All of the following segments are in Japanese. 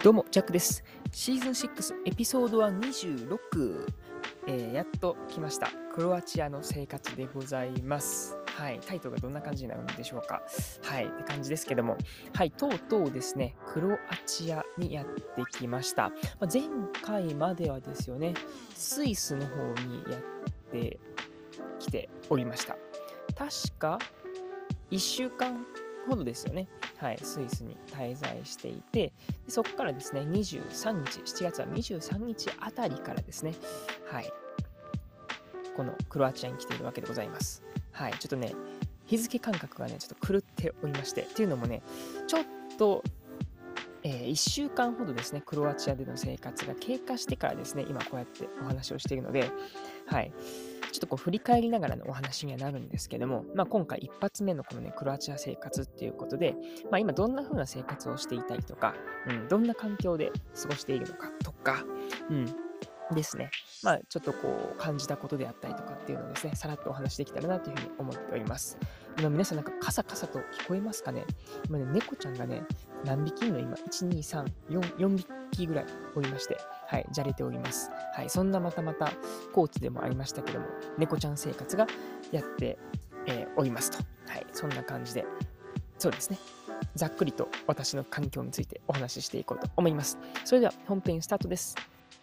どうも、ジャックです。シーズン6、エピソードは26、やっと来ました。クロアチアの生活でございます。はい、タイトルがどんな感じになるんでしょうか。はい、って感じですけども、はい、とうとうですね、クロアチアにやってきました。前回まではですよね、スイスの方にやってきておりました。確か1週間ほどですよね。はい、スイスに滞在していて、でそこからですね、23日、7月は23日あたりからですね、はい、このクロアチアに来ているわけでございます。はい、ちょっとね、日付感覚がね、ちょっと狂っておりまして、っていうのもね、ちょっと、1週間ほどですね、クロアチアでの生活が経過してからですね、今こうやってお話をしているので、はい、ちょっとこう振り返りながらのお話にはなるんですけども、今回一発目のこのね、クロアチア生活っていうことで、今どんな風な生活をしていたりとか、どんな環境で過ごしているのかとか、うん、ですね。ちょっとこう感じたことであったりとかっていうのをですね、さらっとお話できたらなというふうに思っております。今皆さんなんかカサカサと聞こえますかね。今ね、猫ちゃんがね、何匹いるの今、1、2、3、4匹ぐらいおりまして、はい、じゃれております。はい、そんなまた高知でもありましたけども、猫ちゃん生活がやって、おりますと。はい、そんな感じで、そうですね。ざっくりと私の環境についてお話ししていこうと思います。それでは本編スタートです。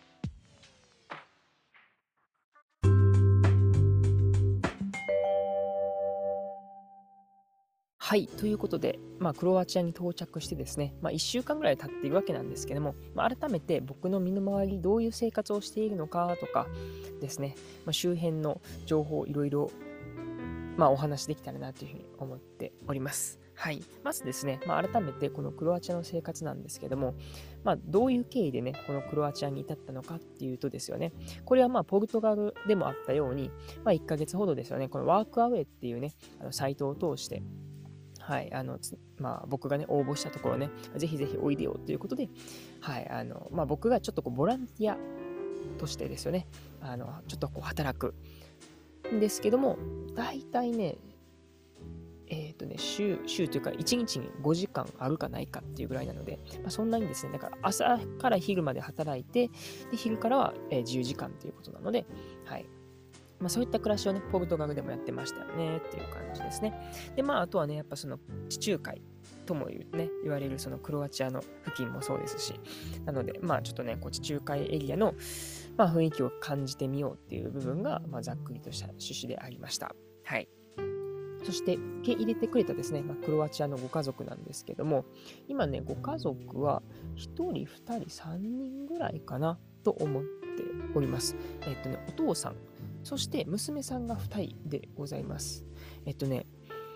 はい、ということで、クロアチアに到着してですね、1週間ぐらい経っているわけなんですけども、改めて僕の身の回りどういう生活をしているのかとかですね、周辺の情報をいろいろお話できたらなというふうに思っております。はい。まずですね、改めてこのクロアチアの生活なんですけども、どういう経緯でね、このクロアチアに至ったのかっていうとですよね、これはポルトガルでもあったように、1ヶ月ほどですよね、このワークアウェイっていうね、サイトを通して、はい、僕がね、応募したところね、ぜひぜひおいでよということで、はい、僕がちょっとこうボランティアとしてですよね、ちょっとこう働くんですけども、大体ね、週というか、1日に5時間あるかないかっていうぐらいなので、そんなにですね、だから朝から昼まで働いて、で昼からは、自由時間ということなので、はい。そういった暮らしをね、ポルトガルでもやってましたよねっていう感じですね。で、あとはね、やっぱその地中海とも言われるそのクロアチアの付近もそうですし、なので、ちょっとね、こう地中海エリアの、雰囲気を感じてみようっていう部分が、ざっくりとした趣旨でありました。はい。そして受け入れてくれたですね、クロアチアのご家族なんですけども、今ね、ご家族は1人、2人、3人ぐらいかなと思っております。お父さん、そして娘さんが2人でございます。えっとね、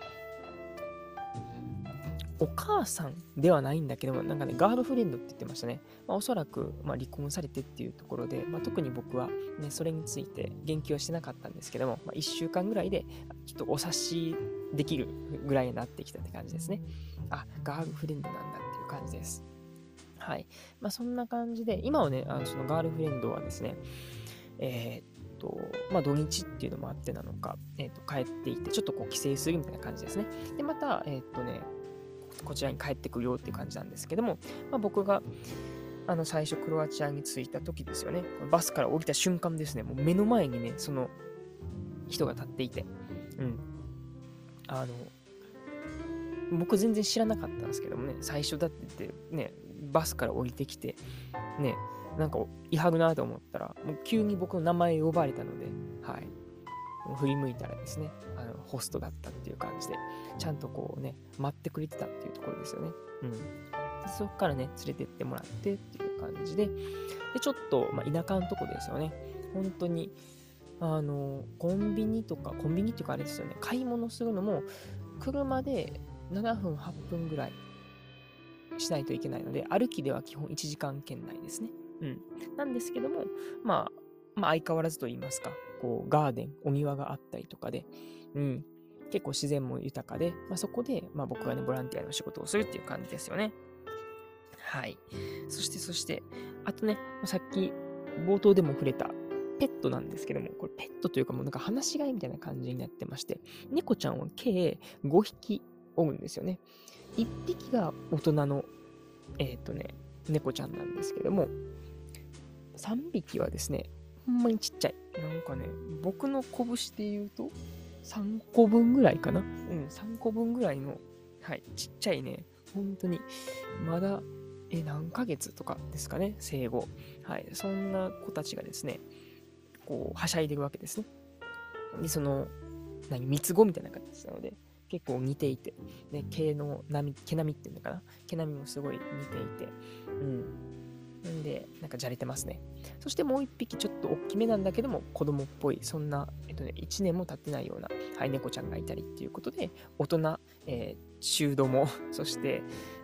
お母さんではないんだけども、なんかね、ガールフレンドって言ってましたね。おそらく、離婚されてっていうところで、特に僕はね、それについて言及はしてなかったんですけども、1週間ぐらいで、ちょっとお察しできるぐらいになってきたって感じですね。あ、ガールフレンドなんだっていう感じです。はい。そんな感じで、今はね、そのガールフレンドはですね、え土日っていうのもあってなのか、帰っていて、ちょっとこう帰省するみたいな感じですね。で、また、こちらに帰ってくるよっていう感じなんですけども、僕が最初クロアチアに着いた時ですよね。バスから降りた瞬間ですね、もう目の前にね、その人が立っていて、うん。あの、僕全然知らなかったんですけどもね、最初だってね、バスから降りてきて、ね、なんかいはるなと思ったら、もう急に僕の名前呼ばれたので、はい。振り向いたらですね、ホストだったっていう感じで、ちゃんとこうね、待ってくれてたっていうところですよね。うん。でそこからね、連れてってもらってっていう感じで、で、ちょっと、田舎のとこですよね。本当に、コンビニっていうかあれですよね、買い物するのも、車で7分、8分ぐらいしないといけないので、歩きでは基本1時間圏内ですね。うん。なんですけども、相変わらずと言いますか、こう、ガーデン、お庭があったりとかで、うん。結構自然も豊かで、そこで、僕がね、ボランティアの仕事をするっていう感じですよね。はい。そして、あとね、さっき冒頭でも触れたペットなんですけども、これペットというかもうなんか放し飼いみたいな感じになってまして、猫ちゃんは計5匹おるんですよね。1匹が大人の、えっ、とね、 猫ちゃんなんですけども、3匹はですね、ほんまにちっちゃい。なんかね、僕の拳で言うと、3個分ぐらいかな。3個分ぐらいの、はい、ちっちゃいね、本当に、まだ、何ヶ月とかですかね、生後。はい、そんな子たちがですね、こう、はしゃいでるわけですね。で、三つ子みたいな形なので、結構似ていて、ね、毛並みっていうのかな。毛並みもすごい似ていて、んで、なんかじゃれてますね。そしてもう一匹ちょっと大きめなんだけども、子供っぽい、そんな、1年も経ってないような、はい、猫ちゃんがいたりっていうことで、大人、中度も、そして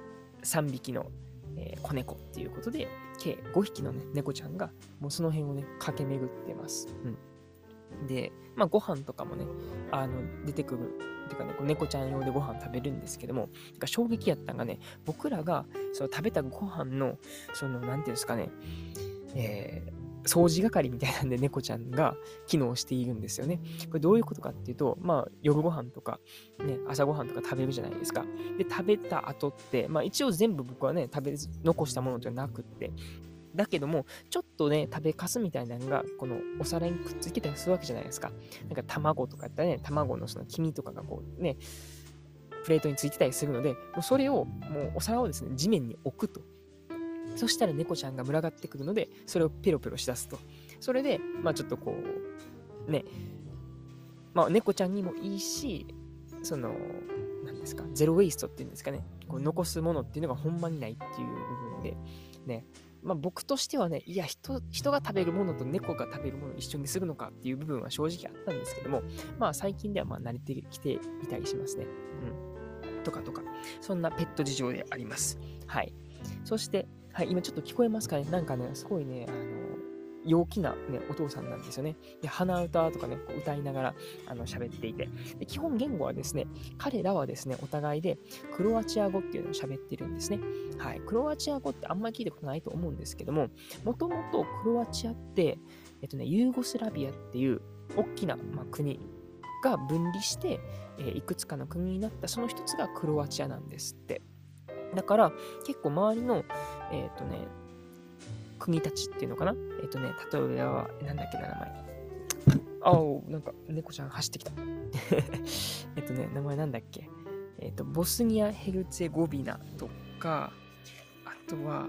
3匹の、子猫っていうことで、計5匹の、ね、猫ちゃんが、もうその辺をね、駆け巡ってます。で、まあ、ご飯とかもね、出てくる。てかね、こう猫ちゃん用でご飯食べるんですけども、衝撃やったんがね、僕らがその食べたご飯の、なんていうんですかね、掃除係みたいなんで猫ちゃんが機能しているんですよね。これどういうことかっていうと、まあ、夜ご飯とか、ね、朝ご飯とか食べるじゃないですか。で、食べた後って、まあ、一応全部僕はね、残したものじゃなくって、だけども、ちょっとね、食べかすみたいなのが、このお皿にくっつけたりするわけじゃないですか。なんか卵とかやったらね、卵のその黄身とかがこうね、プレートについてたりするので、もうそれを、もうお皿をですね、地面に置くと。そしたら猫ちゃんが群がってくるので、それをペロペロしだすと。それで、まあちょっとこう、ね、まあ猫ちゃんにもいいし、なんですか、ゼロウェイストっていうんですかね、こう残すものっていうのがほんまにないっていう部分で、ね、まあ僕としてはね、いや人が食べるものと猫が食べるものを一緒にするのかっていう部分は正直あったんですけども、まあ最近ではまあ慣れてきていたりしますね。とか。そんなペット事情であります。はい。そして、はい、今ちょっと聞こえますかね、なんかね、すごいね、陽気な、ね、お父さんなんですよね。で、鼻歌とかね、こう歌いながら喋っていてで、基本言語はですね、彼らはですね、お互いでクロアチア語っていうのを喋ってるんですね。はい。クロアチア語ってあんまり聞いたことないと思うんですけども、もともとクロアチアって、ユーゴスラビアっていう大きな、国が分離して、いくつかの国になったその一つがクロアチアなんですって。だから結構周りの、国たちっていうのかな。例えば、なんだっけな、名前。なんか猫ちゃん走ってきた。名前なんだっけ。ボスニア・ヘルツェゴビナとか、あとは、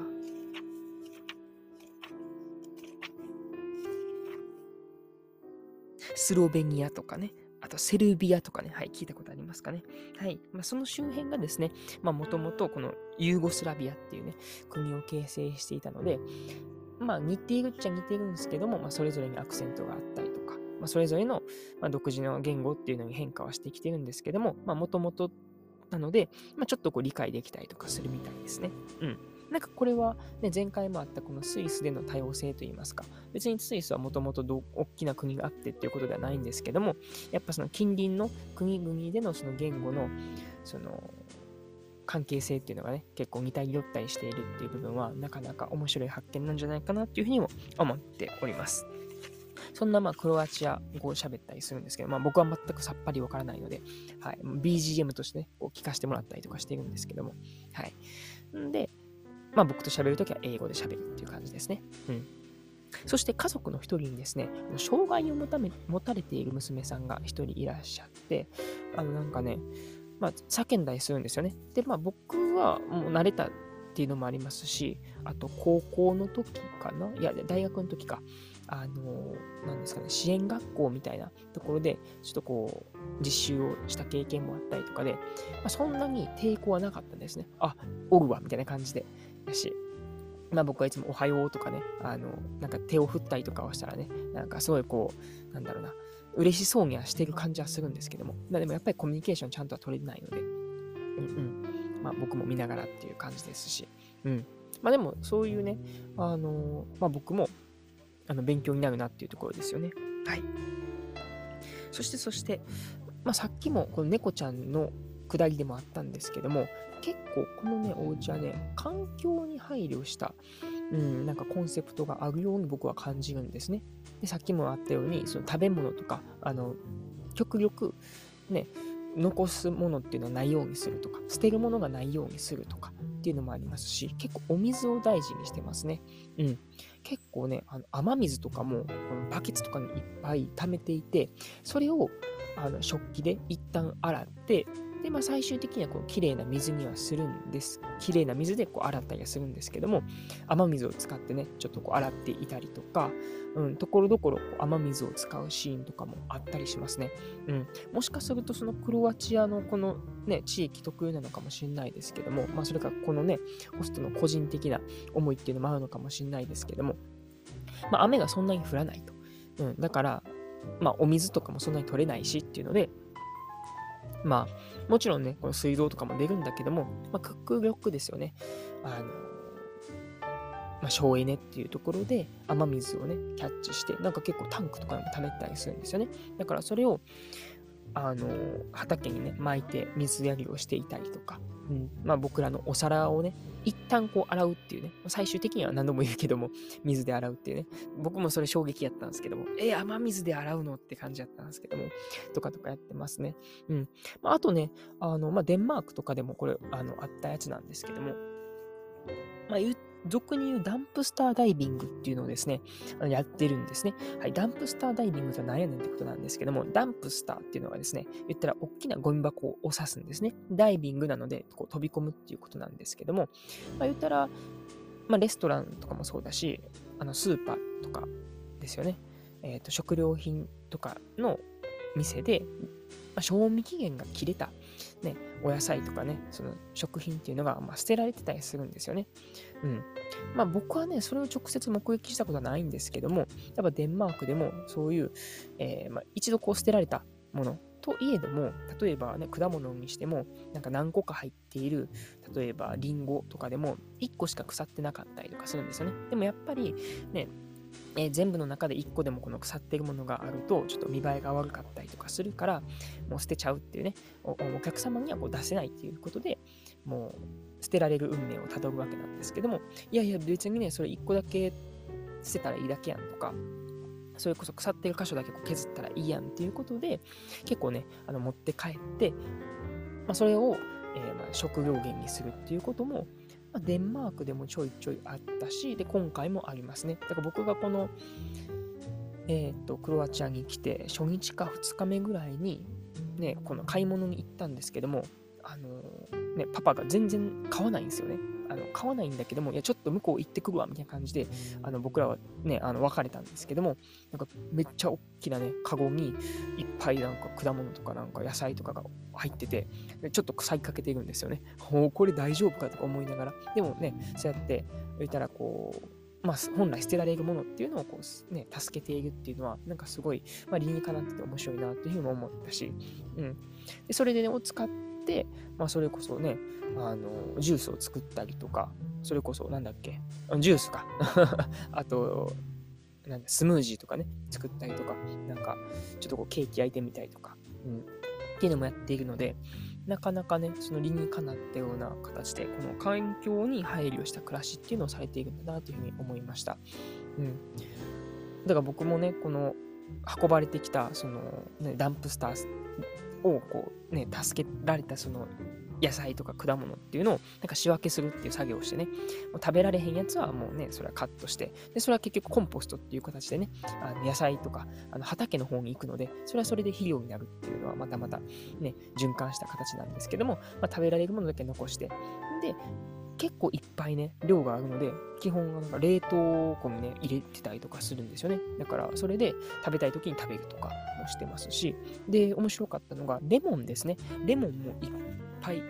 スロベニアとかね。あと、セルビアとかね。はい、聞いたことありますかね。はい。その周辺がですね、もともとこのユーゴスラビアっていうね、国を形成していたので、似ているっちゃ似てるんですけども、それぞれにアクセントがあったりとか、それぞれの、独自の言語っていうのに変化はしてきてるんですけども、もともとなので、ちょっとこう理解できたりとかするみたいですね。なんかこれは、ね、前回もあったこのスイスでの多様性といいますか、別にスイスはもともと大きな国があってっていうことではないんですけども、やっぱその近隣の国々でのその言語の、関係性っていうのがね、結構似たり寄ったりしているっていう部分は、なかなか面白い発見なんじゃないかなっていうふうにも思っております。そんなクロアチア語を喋ったりするんですけど、僕は全くさっぱりわからないので、はい、BGM としてね、こう聞かせてもらったりとかしているんですけども、はい。んで、僕と喋るときは英語で喋るっていう感じですね。そして家族の一人にですね、障害を持たれている娘さんが一人いらっしゃって、なんかね、叫んだりするんですよね。で、僕はもう慣れたっていうのもありますし、あと高校の時かな、いや、大学の時か、なんですかね、支援学校みたいなところで、ちょっとこう、実習をした経験もあったりとかで、そんなに抵抗はなかったんですね。おるわ、みたいな感じで。だし、僕はいつもおはようとかね、なんか手を振ったりとかをしたらね、なんかすごいこう、なんだろうな、嬉しそうにはしてる感じはするんですけども、でもやっぱりコミュニケーションちゃんとは取れないので、僕も見ながらっていう感じですし、でもそういうね、僕も勉強になるなっていうところですよね。はい。そして、さっきもこの猫ちゃんの下りでもあったんですけども、結構このね、お家はね、環境に配慮した、なんかコンセプトがあるように僕は感じるんですね。で、さっきもあったように、その食べ物とか、極力ね、残すものっていうのはないようにするとか、捨てるものがないようにするとかっっていうのもありますし、結構お水を大事にしてますね。うん。結構ね、雨水とかも、このバケツとかにいっぱい溜めていて、それを食器で一旦洗って、で、最終的にはこう綺麗な水にはするんです。綺麗な水でこう洗ったりはするんですけども、雨水を使ってね、ちょっとこう洗っていたりとか、ところどころこう雨水を使うシーンとかもあったりしますね。もしかするとそのクロアチアのこのね、地域特有なのかもしれないですけども、それからこのね、ホストの個人的な思いっていうのもあるのかもしれないですけども、雨がそんなに降らないと。だから、お水とかもそんなに取れないしっていうので、もちろんね、この水道とかも出るんだけども、極力ですよね。省エネっていうところで雨水をね、キャッチして、なんか結構タンクとかにも溜めたりするんですよね。だからそれを、畑にね、巻いて水やりをしていたりとか、僕らのお皿をね、一旦こう洗うっていうね、最終的には何度も言うけども、水で洗うっていうね、僕もそれ衝撃やったんですけども、雨水で洗うのって感じやったんですけども、とかやってますね。あとね、デンマークとかでもこれ、あったやつなんですけども、俗に言うダンプスターダイビングっていうのをですね、やってるんですね。はい、ダンプスターダイビングとは何やねんってことなんですけども、ダンプスターっていうのがですね、言ったら大きなゴミ箱を指すんですね。ダイビングなので、こう飛び込むっていうことなんですけども、言ったら、レストランとかもそうだし、スーパーとかですよね。食料品とかの店で、賞味期限が切れた、ね、お野菜とかね、その食品っていうのが、捨てられてたりするんですよね。僕はね、それを直接目撃したことはないんですけども、やっぱデンマークでもそういう、一度こう捨てられたものといえども、例えばね、果物にしても、なんか何個か入っている、例えばリンゴとかでも1個しか腐ってなかったりとかするんですよね。でもやっぱりね、全部の中で1個でもこの腐っているものがあるとちょっと見栄えが悪かったりとかするからもう捨てちゃうっていうね、お客様にはこう出せないっていうことでもう捨てられる運命をたどるわけなんですけども、いやいや別にねそれ1個だけ捨てたらいいだけやんとか、それこそ腐ってる箇所だけこう削ったらいいやんっていうことで結構ね持って帰って、それを、食料源にするっていうこともデンマークでもちょいちょいあったし、で、今回もありますね。だから僕がこの、クロアチアに来て、初日か2日目ぐらいに、ね、この買い物に行ったんですけども、パパが全然買わないんですよね。買わないんだけども、いや、ちょっと向こう行ってくるわ、みたいな感じで、僕らはね、別れたんですけども、なんかめっちゃ大きなね、カゴにいっぱいなんか果物とかなんか野菜とかが入ってて、ちょっと腐りかけているんですよね。これ大丈夫かとか思いながら。でもね、そうやって言ったらこう、本来捨てられるものっていうのをこう、ね、助けているっていうのは、なんかすごい、理にかなってて面白いなっていうふうにも思ったし、でそれでね、を使って、それこそね、ジュースを作ったりとか、それこそ、なんだっけ、ジュースか。あと、スムージーとかね、作ったりとか、なんか、ちょっとこうケーキ焼いてみたりとか、っていうのもやっているので、なかなかね、その理にかなったような形で、この環境に配慮した暮らしっていうのをされているんだなというふうに思いました。だから僕もね、この運ばれてきた、その、ね、ダンプスターをこうね、助けられたその野菜とか果物っていうのをなんか仕分けするっていう作業をしてね、もう食べられへんやつはもうね、それはカットして、で、それは結局コンポストっていう形でね、野菜とか畑の方に行くので、それはそれで肥料になるっていうのはまたまたね、循環した形なんですけども、食べられるものだけ残して、で、結構いっぱいね、量があるので、基本なんか冷凍庫にね、入れてたりとかするんですよね。だから、それで食べたい時に食べるとかもしてますし、で、面白かったのが、レモンですね。レモンもいっぱい、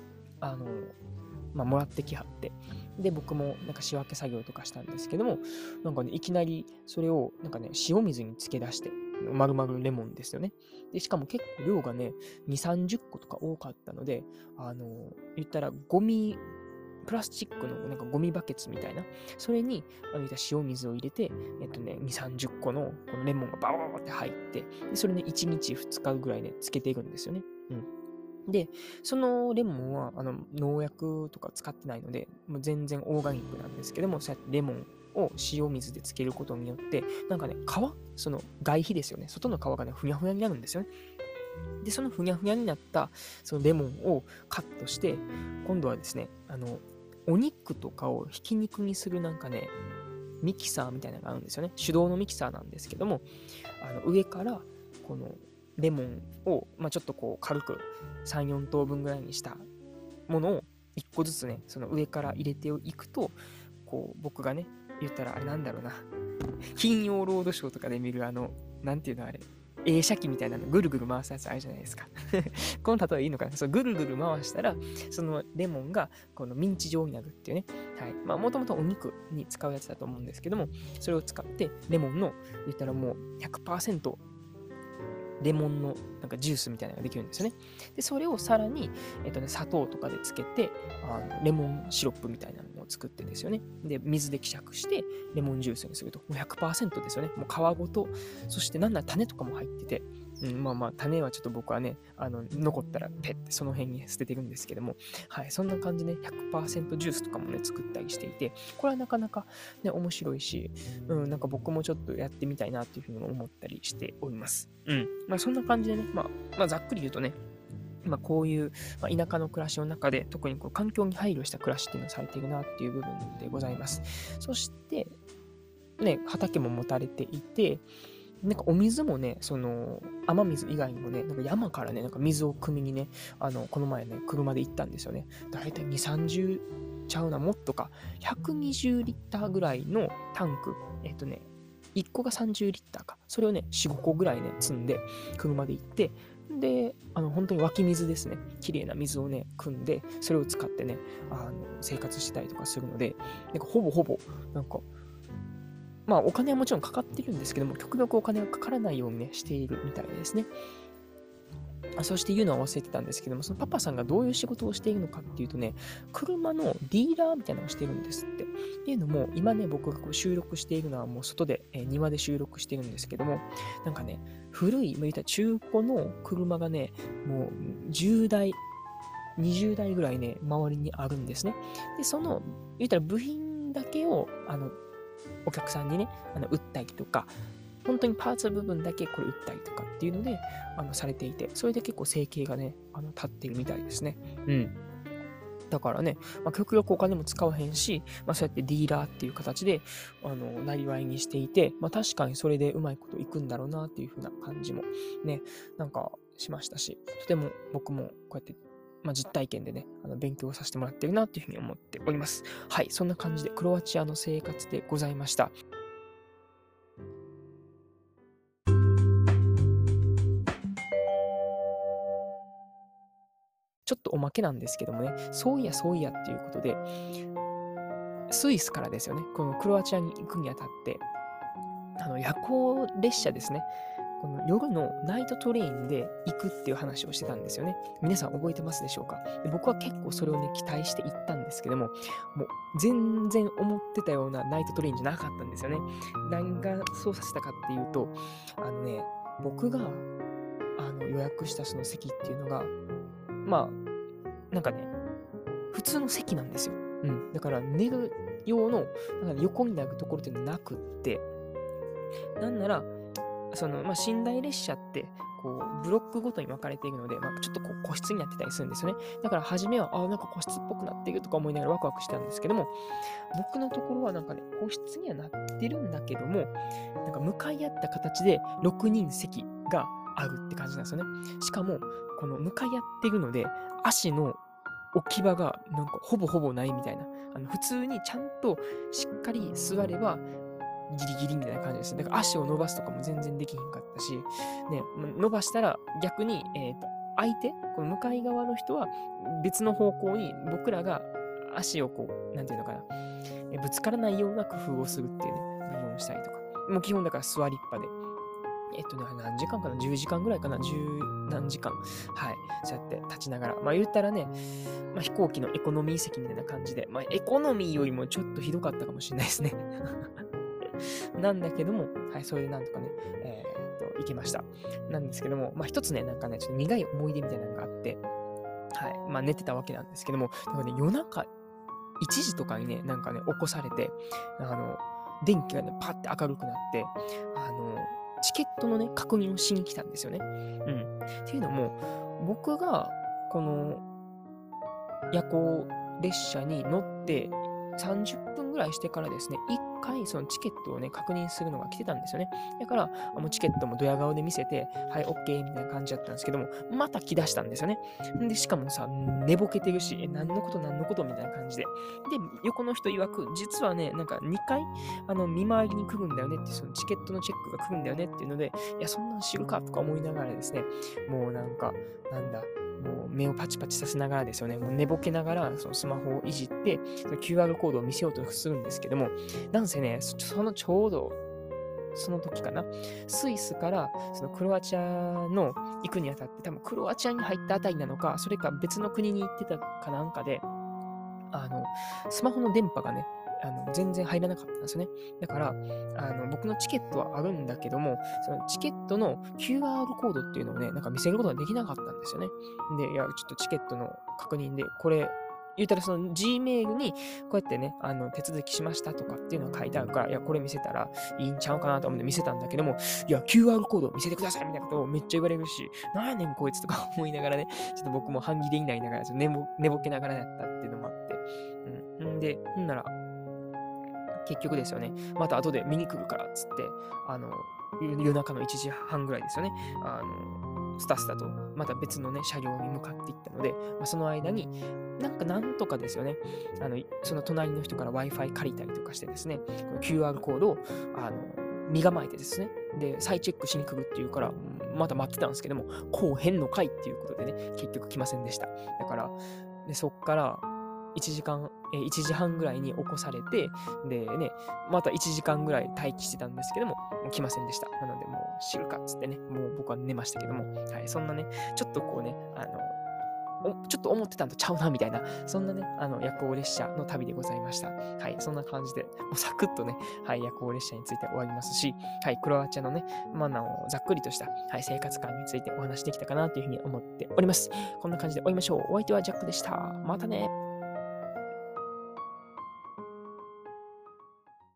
もらってきはって、で、僕もなんか仕分け作業とかしたんですけども、なんかね、いきなりそれをなんかね、塩水につけ出して、丸々レモンですよね。で、しかも結構量がね、2、30個とか多かったので、言ったらプラスチックのなんかゴミバケツみたいな、それに塩水を入れて、2、30個のこのレモンがバーって入って、でそれね、1日2日ぐらいね、つけていくんですよね。で、そのレモンは農薬とか使ってないので、もう全然オーガニックなんですけども、そうやってレモンを塩水でつけることによって、なんかね、その外皮ですよね。外の皮がね、ふにゃふにゃになるんですよね。で、そのふにゃふにゃになったそのレモンをカットして、今度はですね、 お肉とかをひき肉にするなんかね、ミキサーみたいなのがあるんですよね。手動のミキサーなんですけども、上からこのレモンを、ちょっとこう軽く3、4等分ぐらいにしたものを1個ずつね、その上から入れていくと、こう僕がね、言ったらあれなんだろうな、金曜ロードショーとかで見るなんていうのあれ、映写機みたいなのぐるぐる回すやつあるじゃないですか。この例えいいのかな、そうぐるぐる回したら、そのレモンがこのミンチ状になるっていうね。はい。もともとお肉に使うやつだと思うんですけども、それを使ってレモンの、言ったらもう100%レモンのなんかジュースみたいなのができるんですよね。で、それをさらに、砂糖とかでつけて、レモンシロップみたいなのを作ってですよね。で、水で希釈して、レモンジュースにすると、もう100%ですよね。もう皮ごと、そしてなんなら種とかも入ってて、種はちょっと僕はね、残ったらペッてその辺に捨ててるんですけども、はい、そんな感じで、100% ジュースとかもね、作ったりしていて、これはなかなかね、面白いし、なんか僕もちょっとやってみたいなっていうふうに思ったりしております。そんな感じでね、ざっくり言うとね、こういう、田舎の暮らしの中で、特にこう環境に配慮した暮らしっていうのをされているなっていう部分でございます。そして、ね、畑も持たれていて、なんかお水もね、雨水以外にもね、なんか山からね、なんか水を汲みにね、この前ね、車で行ったんですよね。だいたい2、30ちゃうな、もっとか、120リッターぐらいのタンク、1個が30リッターか。それをね、4、5個ぐらいね、積んで、車で行って、で、本当に湧き水ですね。綺麗な水をね、汲んで、それを使ってね、生活したりとかするので、なんかほぼほぼ、なんか、お金はもちろんかかってるんですけども、極力お金がかからないようにね、しているみたいですね。そして言うのは忘れてたんですけども、そのパパさんがどういう仕事をしているのかっていうとね、車のディーラーみたいなのをしてるんですって。っていうのも、今ね、僕がこう収録しているのはもう外で、庭で収録してるんですけども、なんかね、古い、言ったら中古の車がね、もう10台、20台ぐらいね、周りにあるんですね。で、言ったら部品だけを、お客さんにね、売ったりとか、本当にパーツの部分だけこれ売ったりとかっていうので、されていて、それで結構生計がね、立っているみたいですね。だからね、極力お金も使わへんし、そうやってディーラーっていう形で、なりわいにしていて、確かにそれでうまいこといくんだろうなっていう風な感じもね、なんかしましたし、とても僕もこうやって実体験でね、勉強させてもらってるなっていうふうに思っております。はい、そんな感じでクロアチアの生活でございました。ちょっとおまけなんですけどもね、そういやそういやっていうことで、スイスからですよね、このクロアチアに行くにあたって、夜行列車ですね。この夜のナイトトレインで行くっていう話をしてたんですよね。皆さん覚えてますでしょうか？で僕は結構それをね、期待して行ったんですけども、もう全然思ってたようなナイトトレインじゃなかったんですよね。何がそうさせたかっていうと、僕が予約したその席っていうのが、なんかね、普通の席なんですよ。だから寝る用の、なんか横になるところってなくって、なんなら、寝台列車って、こう、ブロックごとに分かれているので、ちょっとこう、個室になってたりするんですよね。だから、初めは、なんか個室っぽくなっているとか思いながらワクワクしてたんですけども、僕のところはなんかね、個室にはなってるんだけども、なんか向かい合った形で6人席があるって感じなんですよね。しかも、この向かい合ってるので、足の置き場がなんかほぼほぼないみたいな。普通にちゃんとしっかり座ればギリギリみたいな感じです。だから足を伸ばすとかも全然できひんかったし、ね、伸ばしたら逆に、相手、この向かい側の人は別の方向に僕らが足をこう、なんていうのかな、ぶつからないような工夫をするっていうね、部分をしたりとか。もう基本だから座りっぱで。何時間かな ?10 時間ぐらいかな ?10 何時間。はい。そうやって立ちながら。言ったらね、飛行機のエコノミー席みたいな感じで、エコノミーよりもちょっとひどかったかもしれないですね。なんだけども、はい、それでなんとかね、行きました。なんですけども、一つね、なんかね、ちょっと苦い思い出みたいなのがあって、はい、寝てたわけなんですけども、なんかね、夜中1時とかにね、なんかね、起こされて、電気がね、パッて明るくなって、チケットのね、確認をしに来たんですよね。っていうのも、僕が、この、夜行列車に乗って30分ぐらいしてからですね、一回そのチケットをね、確認するのが来てたんですよね。だから、もうチケットもドヤ顔で見せて、はい、OK みたいな感じだったんですけども、また来だしたんですよね。で、しかもさ、寝ぼけてるし、何のこと何のことみたいな感じで。で、横の人曰く、実はね、なんか2回、見回りに来るんだよねって、そのチケットのチェックが来るんだよねっていうので、いや、そんなん知るかとか思いながらですね、もうなんか、なんだ、もう目をパチパチさせながらですよね、もう寝ぼけながらそのスマホをいじって、その QR コードを見せようとするんですけども、なんせね、そのちょうどその時かな、スイスからそのクロアチアの行くにあたって、多分クロアチアに入ったあたりなのか、それか別の国に行ってたかなんかで、スマホの電波がね、全然入らなかったんですよね。だから、僕のチケットはあるんだけども、そのチケットの QR コードっていうのをね、なんか見せることができなかったんですよね。で、いや、ちょっとチケットの確認で、これ、言ったらその Gmail にこうやってね、手続きしましたとかっていうのが書いてあるから、いや、これ見せたらいいんちゃうかなと思って見せたんだけども、いや、QR コード見せてくださいみたいなことをめっちゃ言われるし、なんやねんこいつとか思いながらね、ちょっと僕も半切れになりながら、ちょっと寝ぼけながらやったっていうのもあって、で、んなら、結局ですよね、また後で見に来るからっつって、夜中の1時半ぐらいですよね、スタスタとまた別のね、車両に向かっていったので、その間に、なんとかですよね、その隣の人から Wi-Fi 借りたりとかしてですね、この QR コードを、身構えてですね、で、再チェックしに来るっていうから、また待ってたんですけども、こうへんのかいっていうことでね、結局来ませんでした。だから、でそっから1時間、1時半ぐらいに起こされて、でね、また1時間ぐらい待機してたんですけども、もう来ませんでした。なので、もう知るかっつってね、もう僕は寝ましたけども、はい、そんなね、ちょっとこうね、ちょっと思ってたんとちゃうなみたいな、そんなね、夜行列車の旅でございました。はい、そんな感じで、もうサクッとね、はい、夜行列車について終わりますし、はい、クロアチアのね、ざっくりとした、はい、生活感についてお話できたかなというふうに思っております。こんな感じで終わりましょう。お相手はジャックでした。またね。